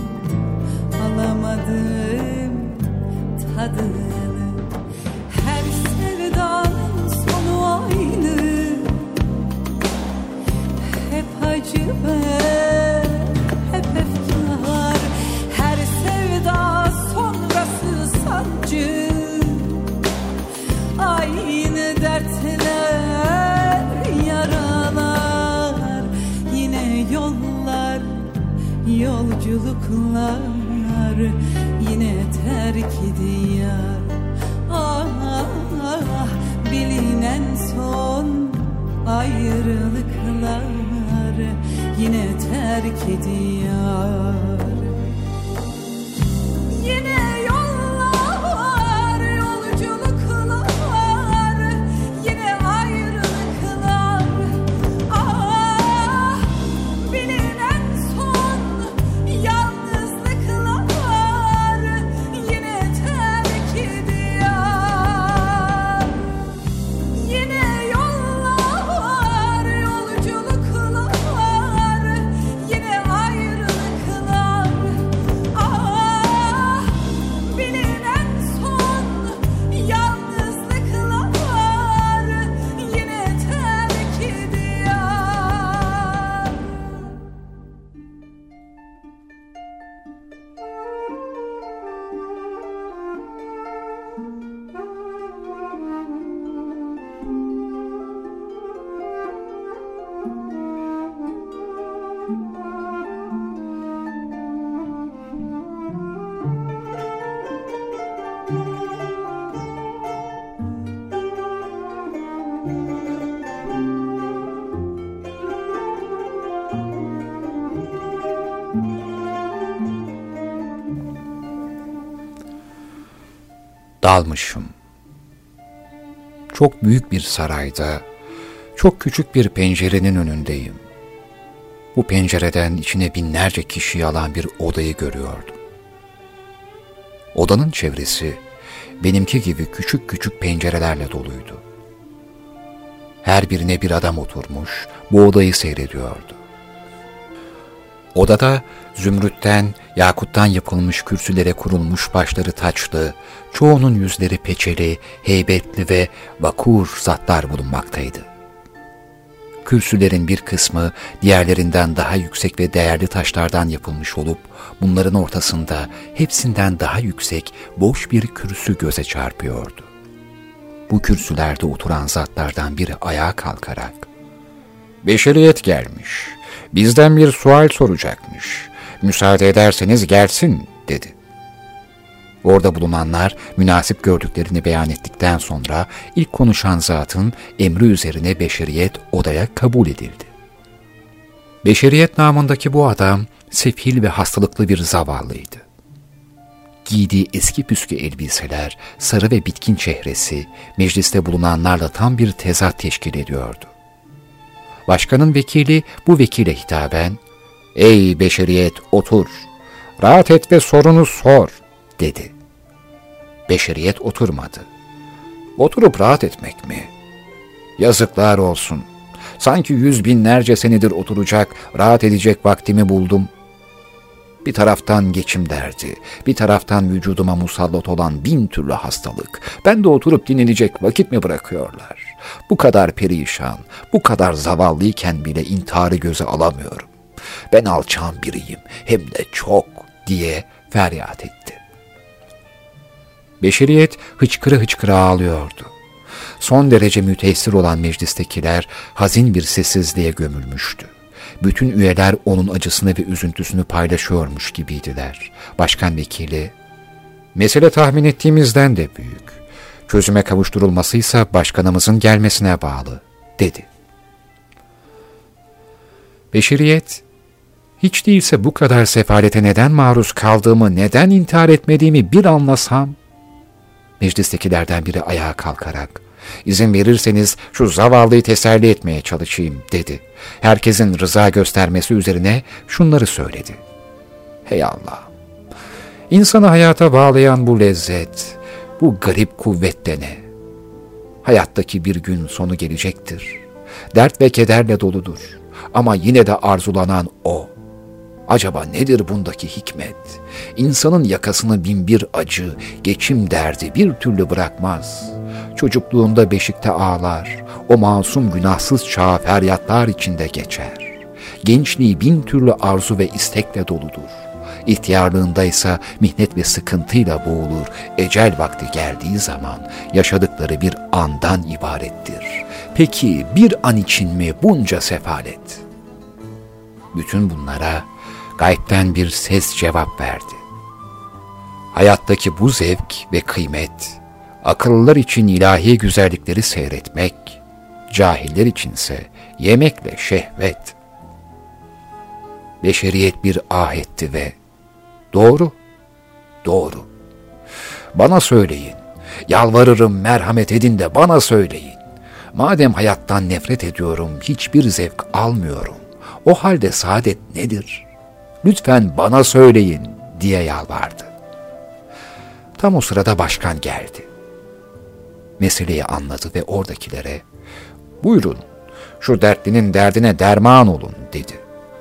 alamadım tadını. Her sevdanın sonu aynı, hep acı ve hep efkar. Her sevda sonrası sancı, aynı dertler, yaralar. Yine yollar, yolculuklar, yine terk diyar. Ah, ah, bilinen son ayrılıklar, yine terk diyar. Yine yollar, yolculuklar, yine ayrılıklar. Ah, bilinen son yalnızlıklar, yine terk diyar. Yine yollar, yolculuklar, yine ayrılıklar. Dalmışım. Çok büyük bir sarayda, çok küçük bir pencerenin önündeyim. Bu pencereden içine binlerce kişiyi alan bir odayı görüyordum. Odanın çevresi benimki gibi küçük küçük pencerelerle doluydu. Her birine bir adam oturmuş, bu odayı seyrediyordu. Odada zümrütten, yakuttan yapılmış kürsülere kurulmuş başları taçlı, çoğunun yüzleri peçeli, heybetli ve vakur zatlar bulunmaktaydı. Kürsülerin bir kısmı diğerlerinden daha yüksek ve değerli taşlardan yapılmış olup, bunların ortasında hepsinden daha yüksek boş bir kürsü göze çarpıyordu. Bu kürsülerde oturan zatlardan biri ayağa kalkarak, "Beşeriyet gelmiş, bizden bir sual soracakmış, müsaade ederseniz gelsin," dedi. Orada bulunanlar münasip gördüklerini beyan ettikten sonra ilk konuşan zatın emri üzerine beşeriyet odaya kabul edildi. Beşeriyet namındaki bu adam sefil ve hastalıklı bir zavallıydı. Giydiği eski püskü elbiseler, sarı ve bitkin çehresi mecliste bulunanlarla tam bir tezat teşkil ediyordu. Başkanın vekili bu vekile hitaben, "Ey beşeriyet, otur, rahat et ve sorunu sor," dedi. Beşeriyet oturmadı. "Oturup rahat etmek mi? Yazıklar olsun. Sanki 100.000'lerce senedir oturacak, rahat edecek vaktimi buldum. Bir taraftan geçim derdi, bir taraftan vücuduma musallat olan 1000 türlü hastalık. Ben de oturup dinlenecek vakit mi bırakıyorlar? Bu kadar perişan, bu kadar zavallıyken bile intiharı göze alamıyorum. Ben alçağın biriyim, hem de çok," diye feryat etti. Beşeriyet hıçkıra hıçkıra ağlıyordu. Son derece müteessir olan meclistekiler hazin bir sessizliğe gömülmüştü. Bütün üyeler onun acısını ve üzüntüsünü paylaşıyormuş gibiydiler. Başkan vekili, "Mesele tahmin ettiğimizden de büyük. Çözüme kavuşturulmasıysa başkanımızın gelmesine bağlı," dedi. Beşeriyet, "Hiç değilse bu kadar sefalete neden maruz kaldığımı, neden intihar etmediğimi bir anlasam," meclistekilerden biri ayağa kalkarak, "İzin verirseniz şu zavallıyı teselli etmeye çalışayım," dedi. Herkesin rıza göstermesi üzerine şunları söyledi. "Hey Allah! İnsanı hayata bağlayan bu lezzet, bu garip kuvvet de ne? Hayattaki bir gün sonu gelecektir. Dert ve kederle doludur. Ama yine de arzulanan o. Acaba nedir bundaki hikmet? İnsanın yakasını binbir acı, geçim derdi bir türlü bırakmaz. Çocukluğunda beşikte ağlar, o masum günahsız çağı feryatlar içinde geçer. Gençliği 1000 türlü arzu ve istekle doludur. İhtiyarlığında ise mihnet ve sıkıntıyla boğulur. Ecel vakti geldiği zaman yaşadıkları bir andan ibarettir. Peki bir an için mi bunca sefalet?" Bütün bunlara gaybten bir ses cevap verdi. "Hayattaki bu zevk ve kıymet, akıllılar için ilahi güzellikleri seyretmek, cahiller içinse yemekle şehvet." Beşeriyet bir ah etti ve "Doğru, doğru. Bana söyleyin, yalvarırım merhamet edin de bana söyleyin. Madem hayattan nefret ediyorum, hiçbir zevk almıyorum, o halde saadet nedir? Lütfen bana söyleyin," diye yalvardı. Tam o sırada başkan geldi. Meseleyi anladı ve oradakilere, "Buyurun, şu dertlinin derdine derman olun," dedi.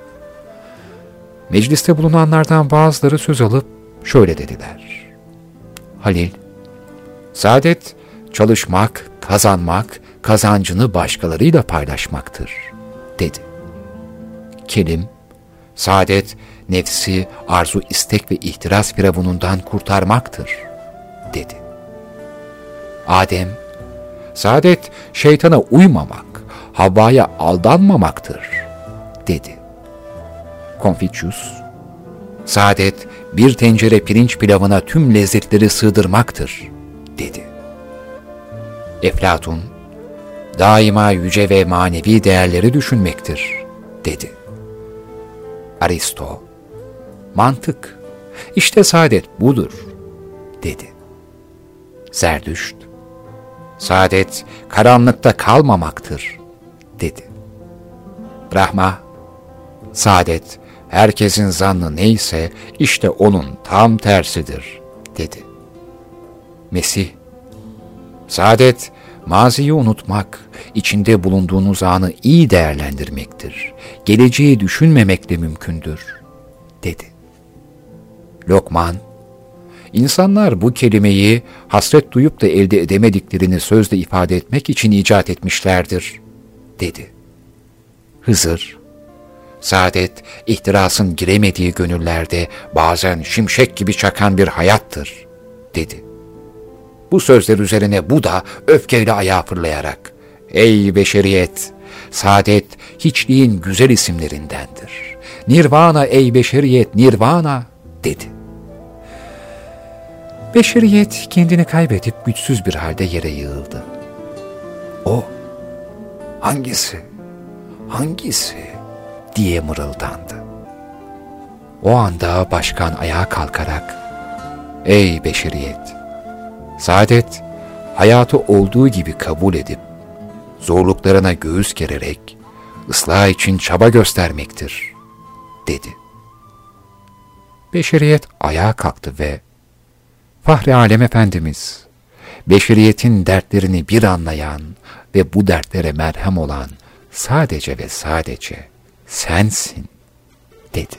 Mecliste bulunanlardan bazıları söz alıp şöyle dediler. "Halil, saadet çalışmak, kazanmak, kazancını başkalarıyla paylaşmaktır," dedi. Kelim, saadet nefsi arzu, istek ve ihtiras firavunundan kurtarmaktır, dedi. Adem, saadet şeytana uymamak, Havva'ya aldanmamaktır, dedi. Konfüçyüs, saadet bir tencere pirinç pilavına tüm lezzetleri sığdırmaktır, dedi. Eflatun, daima yüce ve manevi değerleri düşünmektir, dedi. Aristo, mantık, işte saadet budur, dedi. Zerdüşt, saadet karanlıkta kalmamaktır, dedi. Brahma, saadet herkesin zannı neyse işte onun tam tersidir, dedi. Mesih, saadet maziyi unutmak, içinde bulunduğunuz anı iyi değerlendirmektir. Geleceği düşünmemekle mümkündür, dedi. Lokman, insanlar bu kelimeyi hasret duyup da elde edemediklerini sözle ifade etmek için icat etmişlerdir, dedi. Hızır, saadet, ihtirasın giremediği gönüllerde bazen şimşek gibi çakan bir hayattır, dedi. Bu sözler üzerine Buda öfkeyle ayağa fırlayarak, ''Ey beşeriyet, saadet hiçliğin güzel isimlerindendir. Nirvana ey beşeriyet, nirvana!'' dedi. Beşeriyet kendini kaybedip güçsüz bir halde yere yığıldı. O, hangisi diye mırıldandı. O anda başkan ayağa kalkarak, ''Ey beşeriyet, saadet hayatı olduğu gibi kabul edip, zorluklarına göğüs gererek, ıslah için çaba göstermektir,'' dedi. Beşeriyet ayağa kalktı ve, ''Fahri Alem Efendimiz, beşeriyetin dertlerini bir anlayan ve bu dertlere merhem olan sadece ve sadece sensin,'' dedi.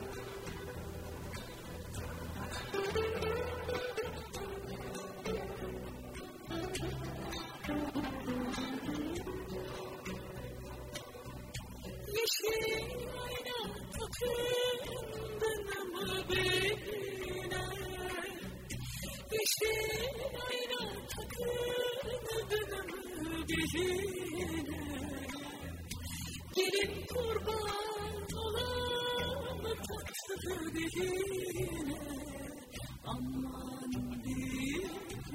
Gelin kurban olanı tatlı diline, aman diline.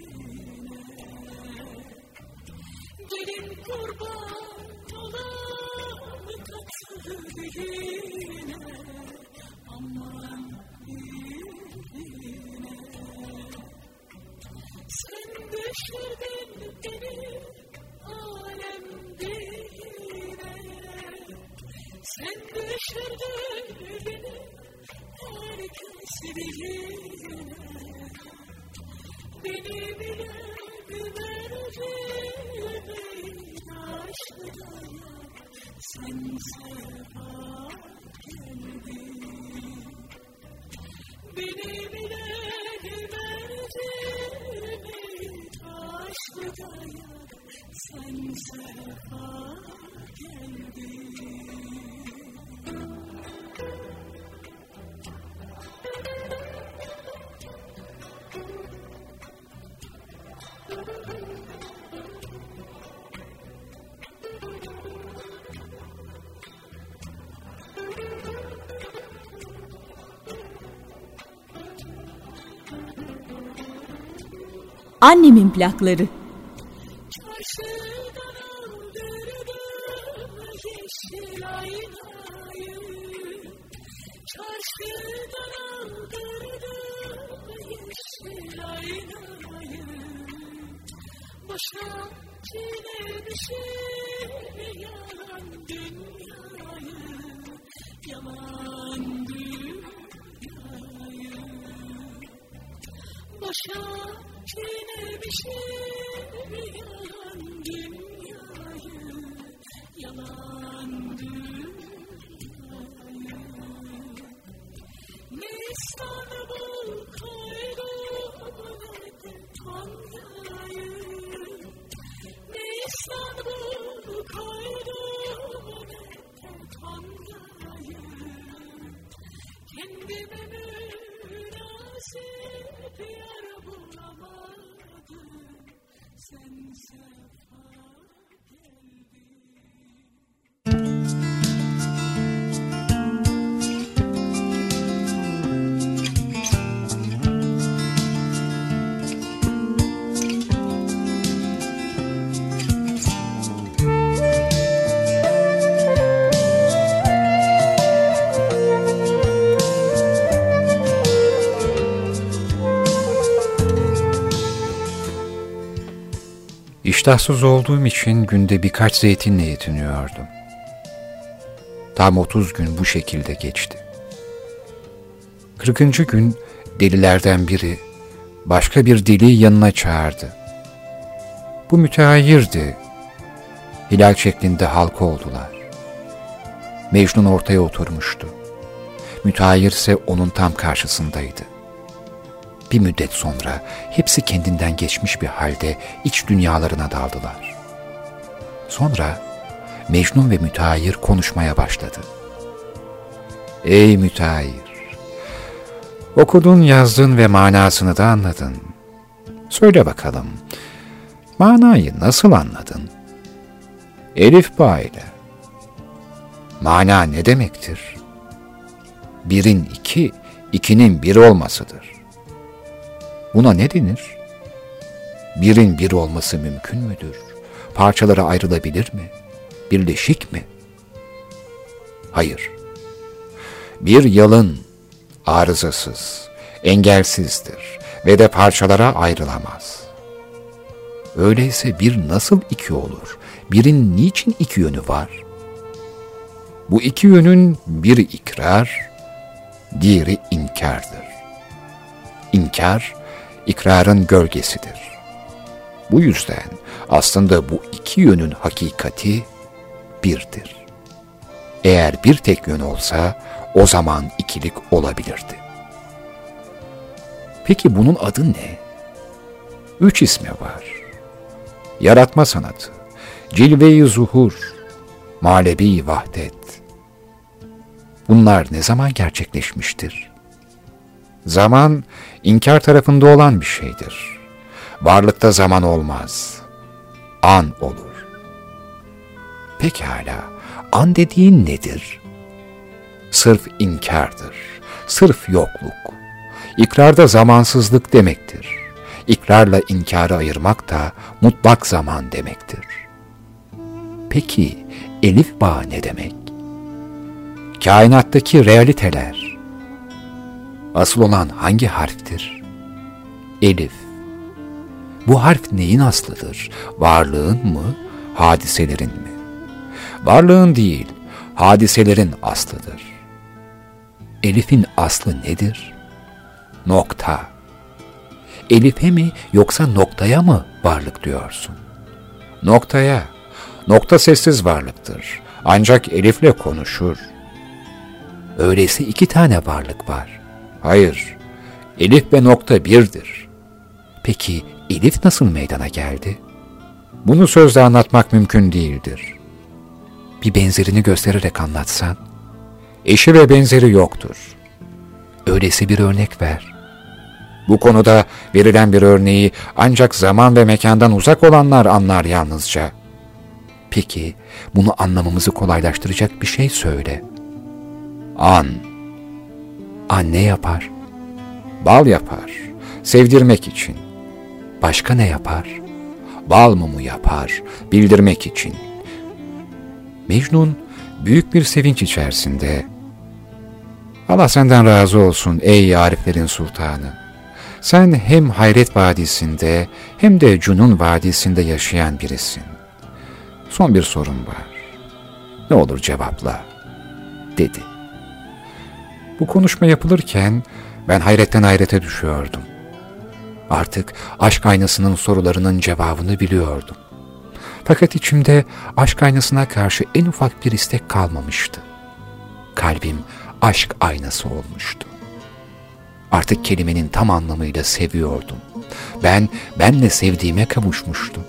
Gelin kurban olanı tatlı diline, aman diline. Sen düşürdün beni alem diline, sen düşürdün beni herkes diline. Beni bile güvercin aşkına, sen sefa geldin. Beni bile güvercin aşkına, sen sefa geldin. Annemin plakları. Çarşıdan aldırdım yeşil aynayı, çarşıdan aldırdım yeşil aynayı. Boşa çilemişim yalan dünyayı, yalan dünyayı. Boşa çilemişim yalan dünyayı, yalan dünyayı. Ne İstanbul koydum ne de Konya'yı, ne İstanbul koydum ne de Konya'yı. Kendime münasip yar bulamadım, sen sefa geldin. İştahsız olduğum için günde birkaç zeytinle yetiniyordum. Tam 30 gün bu şekilde geçti. 40. gün delilerden biri başka bir deliyi yanına çağırdı. Bu mütehayyirdi. Hilal şeklinde halka oldular. Mecnun ortaya oturmuştu. Mütehayyir ise onun tam karşısındaydı. Bir müddet sonra hepsi kendinden geçmiş bir halde iç dünyalarına daldılar. Sonra Mecnun ve mütehayyir konuşmaya başladı. Ey mütehayyir! Okudun, yazdın ve manasını da anladın. Söyle bakalım, manayı nasıl anladın? Elif ba ile. Mana ne demektir? Birin iki, ikinin bir olmasıdır. Buna ne denir? Birin bir olması mümkün müdür? Parçalara ayrılabilir mi? Birleşik mi? Hayır. Bir yalın, arızasız, engelsizdir ve de parçalara ayrılamaz. Öyleyse bir nasıl iki olur? Birin niçin iki yönü var? Bu iki yönün biri ikrar, diğeri inkardır. İnkar, ikrarın gölgesidir. Bu yüzden aslında bu iki yönün hakikati birdir. Eğer bir tek yön olsa o zaman ikilik olabilirdi. Peki bunun adı ne? 3 ismi var. Yaratma sanatı, cilve-i zuhur, malebi vahdet. Bunlar ne zaman gerçekleşmiştir? Zaman, inkar tarafında olan bir şeydir. Varlıkta zaman olmaz. An olur. Pekala, an dediğin nedir? Sırf inkardır. Sırf yokluk. İkrarda zamansızlık demektir. İkrarla inkarı ayırmak da mutlak zaman demektir. Peki, elif bağı ne demek? Kainattaki realiteler. Asıl olan hangi harftir? Elif. Bu harf neyin aslıdır? Varlığın mı, hadiselerin mi? Varlığın değil, hadiselerin aslıdır. Elif'in aslı nedir? Nokta. Elif'e mi yoksa noktaya mı varlık diyorsun? Noktaya. Nokta sessiz varlıktır. Ancak elifle konuşur. Öyleyse 2 tane varlık var. Hayır, elif ve nokta birdir. Peki elif nasıl meydana geldi? Bunu sözle anlatmak mümkün değildir. Bir benzerini göstererek anlatsan. Eşi ve benzeri yoktur. Öyleyse bir örnek ver. Bu konuda verilen bir örneği ancak zaman ve mekandan uzak olanlar anlar yalnızca. Peki bunu anlamamızı kolaylaştıracak bir şey söyle. An. An ne yapar? Bal yapar. Sevdirmek için. Başka ne yapar? Bal mumu yapar. Bildirmek için. Mecnun büyük bir sevinç içerisinde, Allah senden razı olsun ey ariflerin sultanı. Sen hem Hayret Vadisi'nde hem de Cunun Vadisi'nde yaşayan birisin. Son bir sorum var. Ne olur cevapla, dedi. Bu konuşma yapılırken ben hayretten hayrete düşüyordum. Artık aşk aynasının sorularının cevabını biliyordum. Fakat içimde aşk aynasına karşı en ufak bir istek kalmamıştı. Kalbim aşk aynası olmuştu. Artık kelimenin tam anlamıyla seviyordum. Benle sevdiğime kavuşmuştum.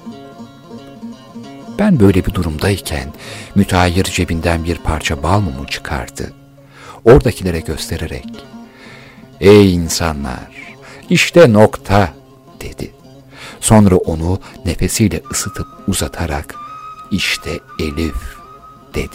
Ben böyle bir durumdayken mütehayyir cebinden bir parça bal mumu çıkardı. Oradakilere göstererek, ''Ey insanlar, işte nokta'' dedi. Sonra onu nefesiyle ısıtıp uzatarak, ''İşte elif'' dedi.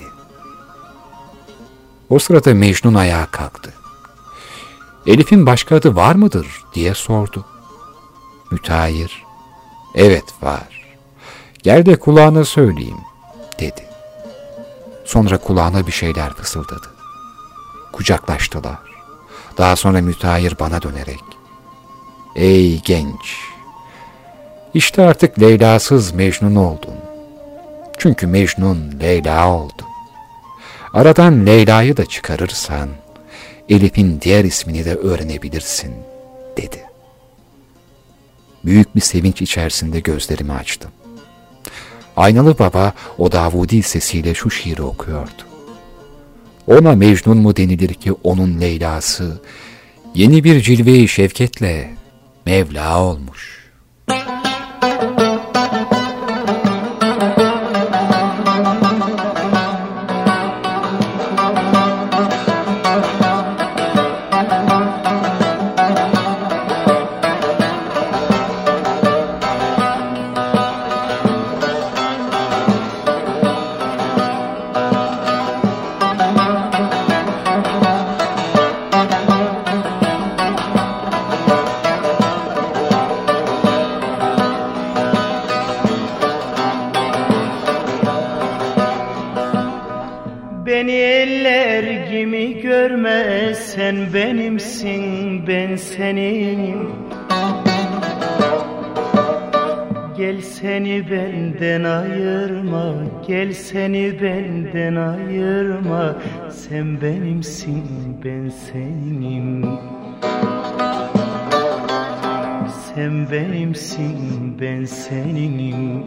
O sırada Mecnun ayağa kalktı. ''Elif'in başka adı var mıdır?'' diye sordu. Mütehayyir, ''Evet var. Gel de kulağına söyleyeyim'' dedi. Sonra kulağına bir şeyler fısıldadı. Kucaklaştılar. Daha sonra mütehayyir bana dönerek, ''Ey genç, İşte artık Leyla'sız Mecnun oldun. Çünkü Mecnun Leyla oldu. Aradan Leyla'yı da çıkarırsan, Elif'in diğer ismini de öğrenebilirsin, dedi. Büyük bir sevinç içerisinde gözlerimi açtım. Aynalı Baba o Davudi sesiyle şu şiiri okuyordu. Ona Mecnun mu denilir ki onun Leyla'sı, yeni bir cilve-i şevketle Mevla olmuş. Beni eller gibi görme, sen benimsin, ben senim. Gel seni benden ayırma, gel seni benden ayırma, sen benimsin, ben senim. Sen benimsin, ben seninim.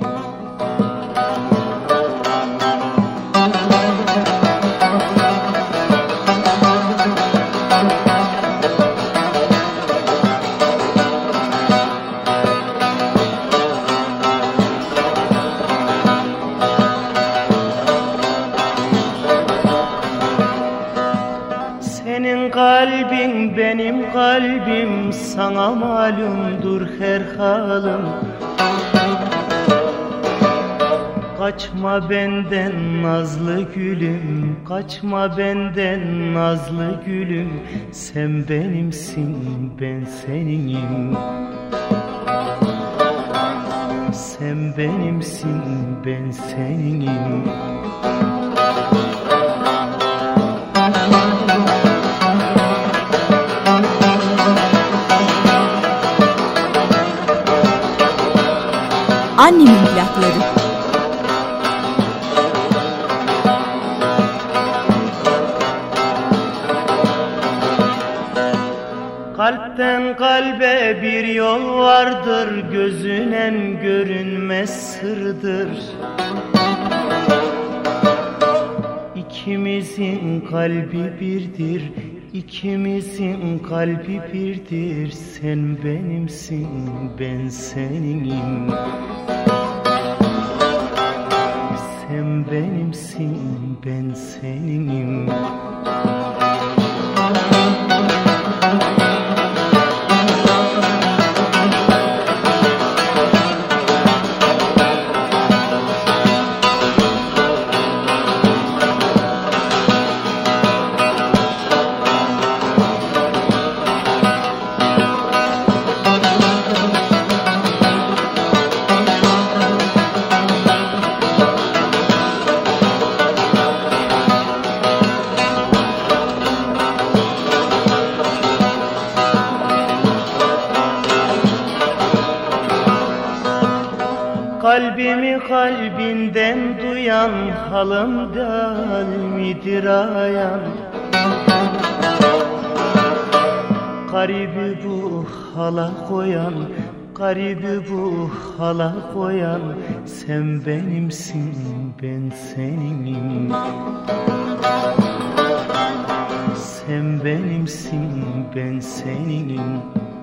Senin kalbin benim kalbim, sana malumdur her halim. Kaçma benden nazlı gülüm, kaçma benden nazlı gülüm, sen benimsin, ben seninim. Sen benimsin, ben seninim. Annemin plakları. Kalpten kalbe bir yol vardır, gözünen görünmez sırdır. İkimizin kalbi birdir, ikimizin kalbi birdir. Sen benimsin, ben seninim. Sen benimsin, ben seninim. Kalbimi kalbinden duyan, halımda midir ayan? Garibi bu hala koyan, garibi bu hala koyan, sen benimsin, ben seninim. Sen benimsin, ben seninim.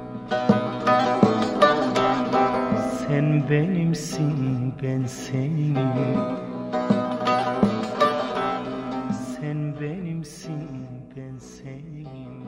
Sen benimsin, ben seninim. Sen benimsin, ben seninim.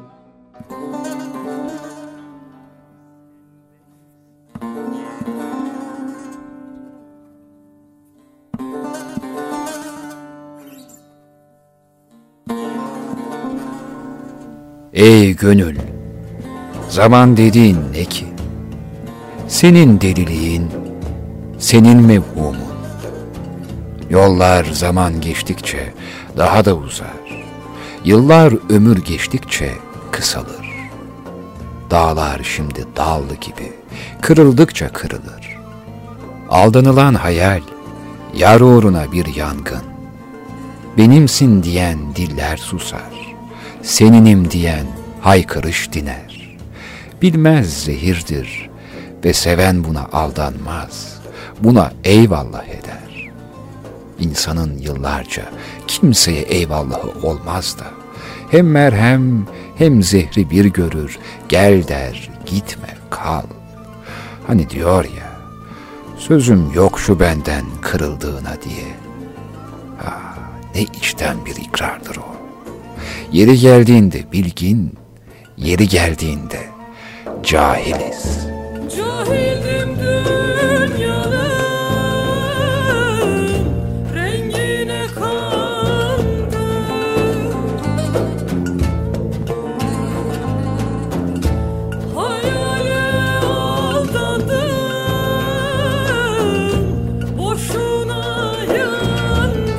Ey gönül, zaman dediğin ne ki? Senin deliliğin, senin mevhumun. Yollar zaman geçtikçe daha da uzar. Yıllar ömür geçtikçe kısalır. Dağlar şimdi dal gibi kırıldıkça kırılır. Aldanılan hayal, yar uğruna bir yangın. Benimsin diyen diller susar, seninim diyen haykırış diner. Bilmez zehirdir ve seven buna aldanmaz, buna eyvallah eder. İnsanın yıllarca kimseye eyvallahı olmaz da, hem merhem hem zehri bir görür, gel der, gitme, kal. Hani diyor ya, sözüm yok şu benden kırıldığına diye. Ne içten bir ikrardır o. Yeri geldiğinde bilgin, yeri geldiğinde cahiliz. Cahilim dünyanın rengine kandım. Hayale aldandım, boşuna yandım.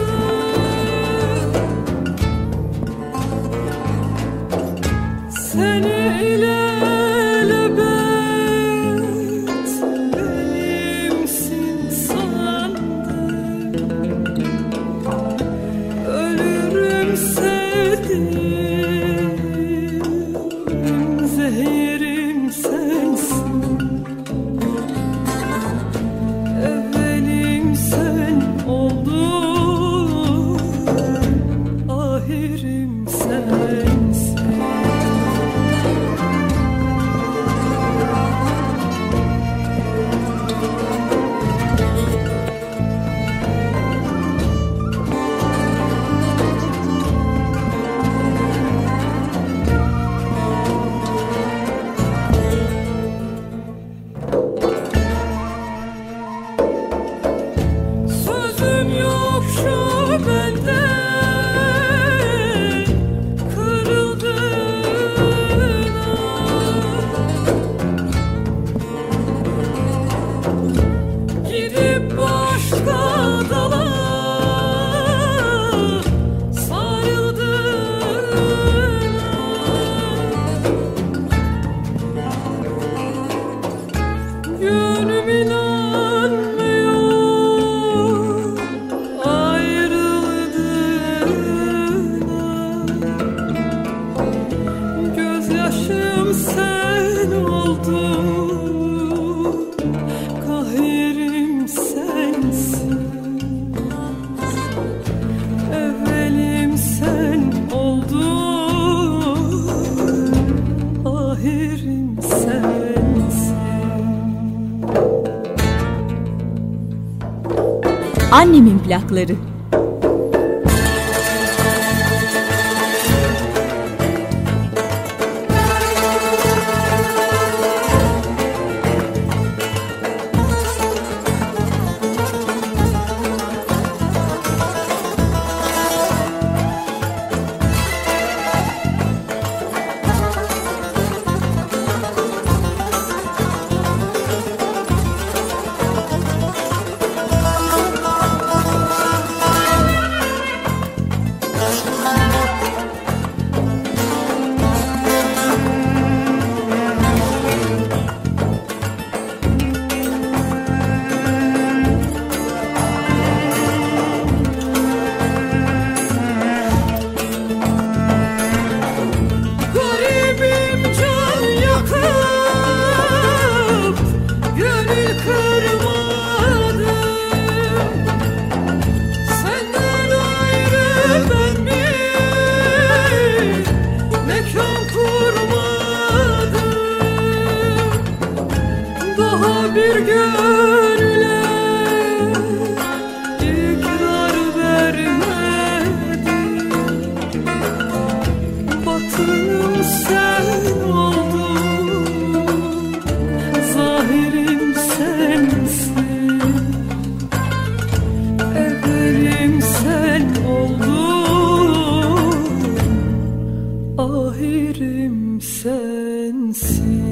Seni ilelebet benimsin sandım. Ölürüm sevdim, zehirim sensin. Evvelim sen oldun, ahirim sensin. Sözüm yok şu bende kırıldığına. Gidip başka dala sarıldığına. Gönlüm inanmıyor ayrıldığına. Gözyaşım sen oldun, kahirim sensin. Evvelim sen oldun, ahirim sensin. Annemin plakları. Garibim can yakıp gönül kırmadım. Senden ayrı ben bir mekan kurmadım. Daha bir gönüle ikrar vermedim. Batınım sen oldun, zahirim sensin. Evvelim sen oldun, ahirim sensin.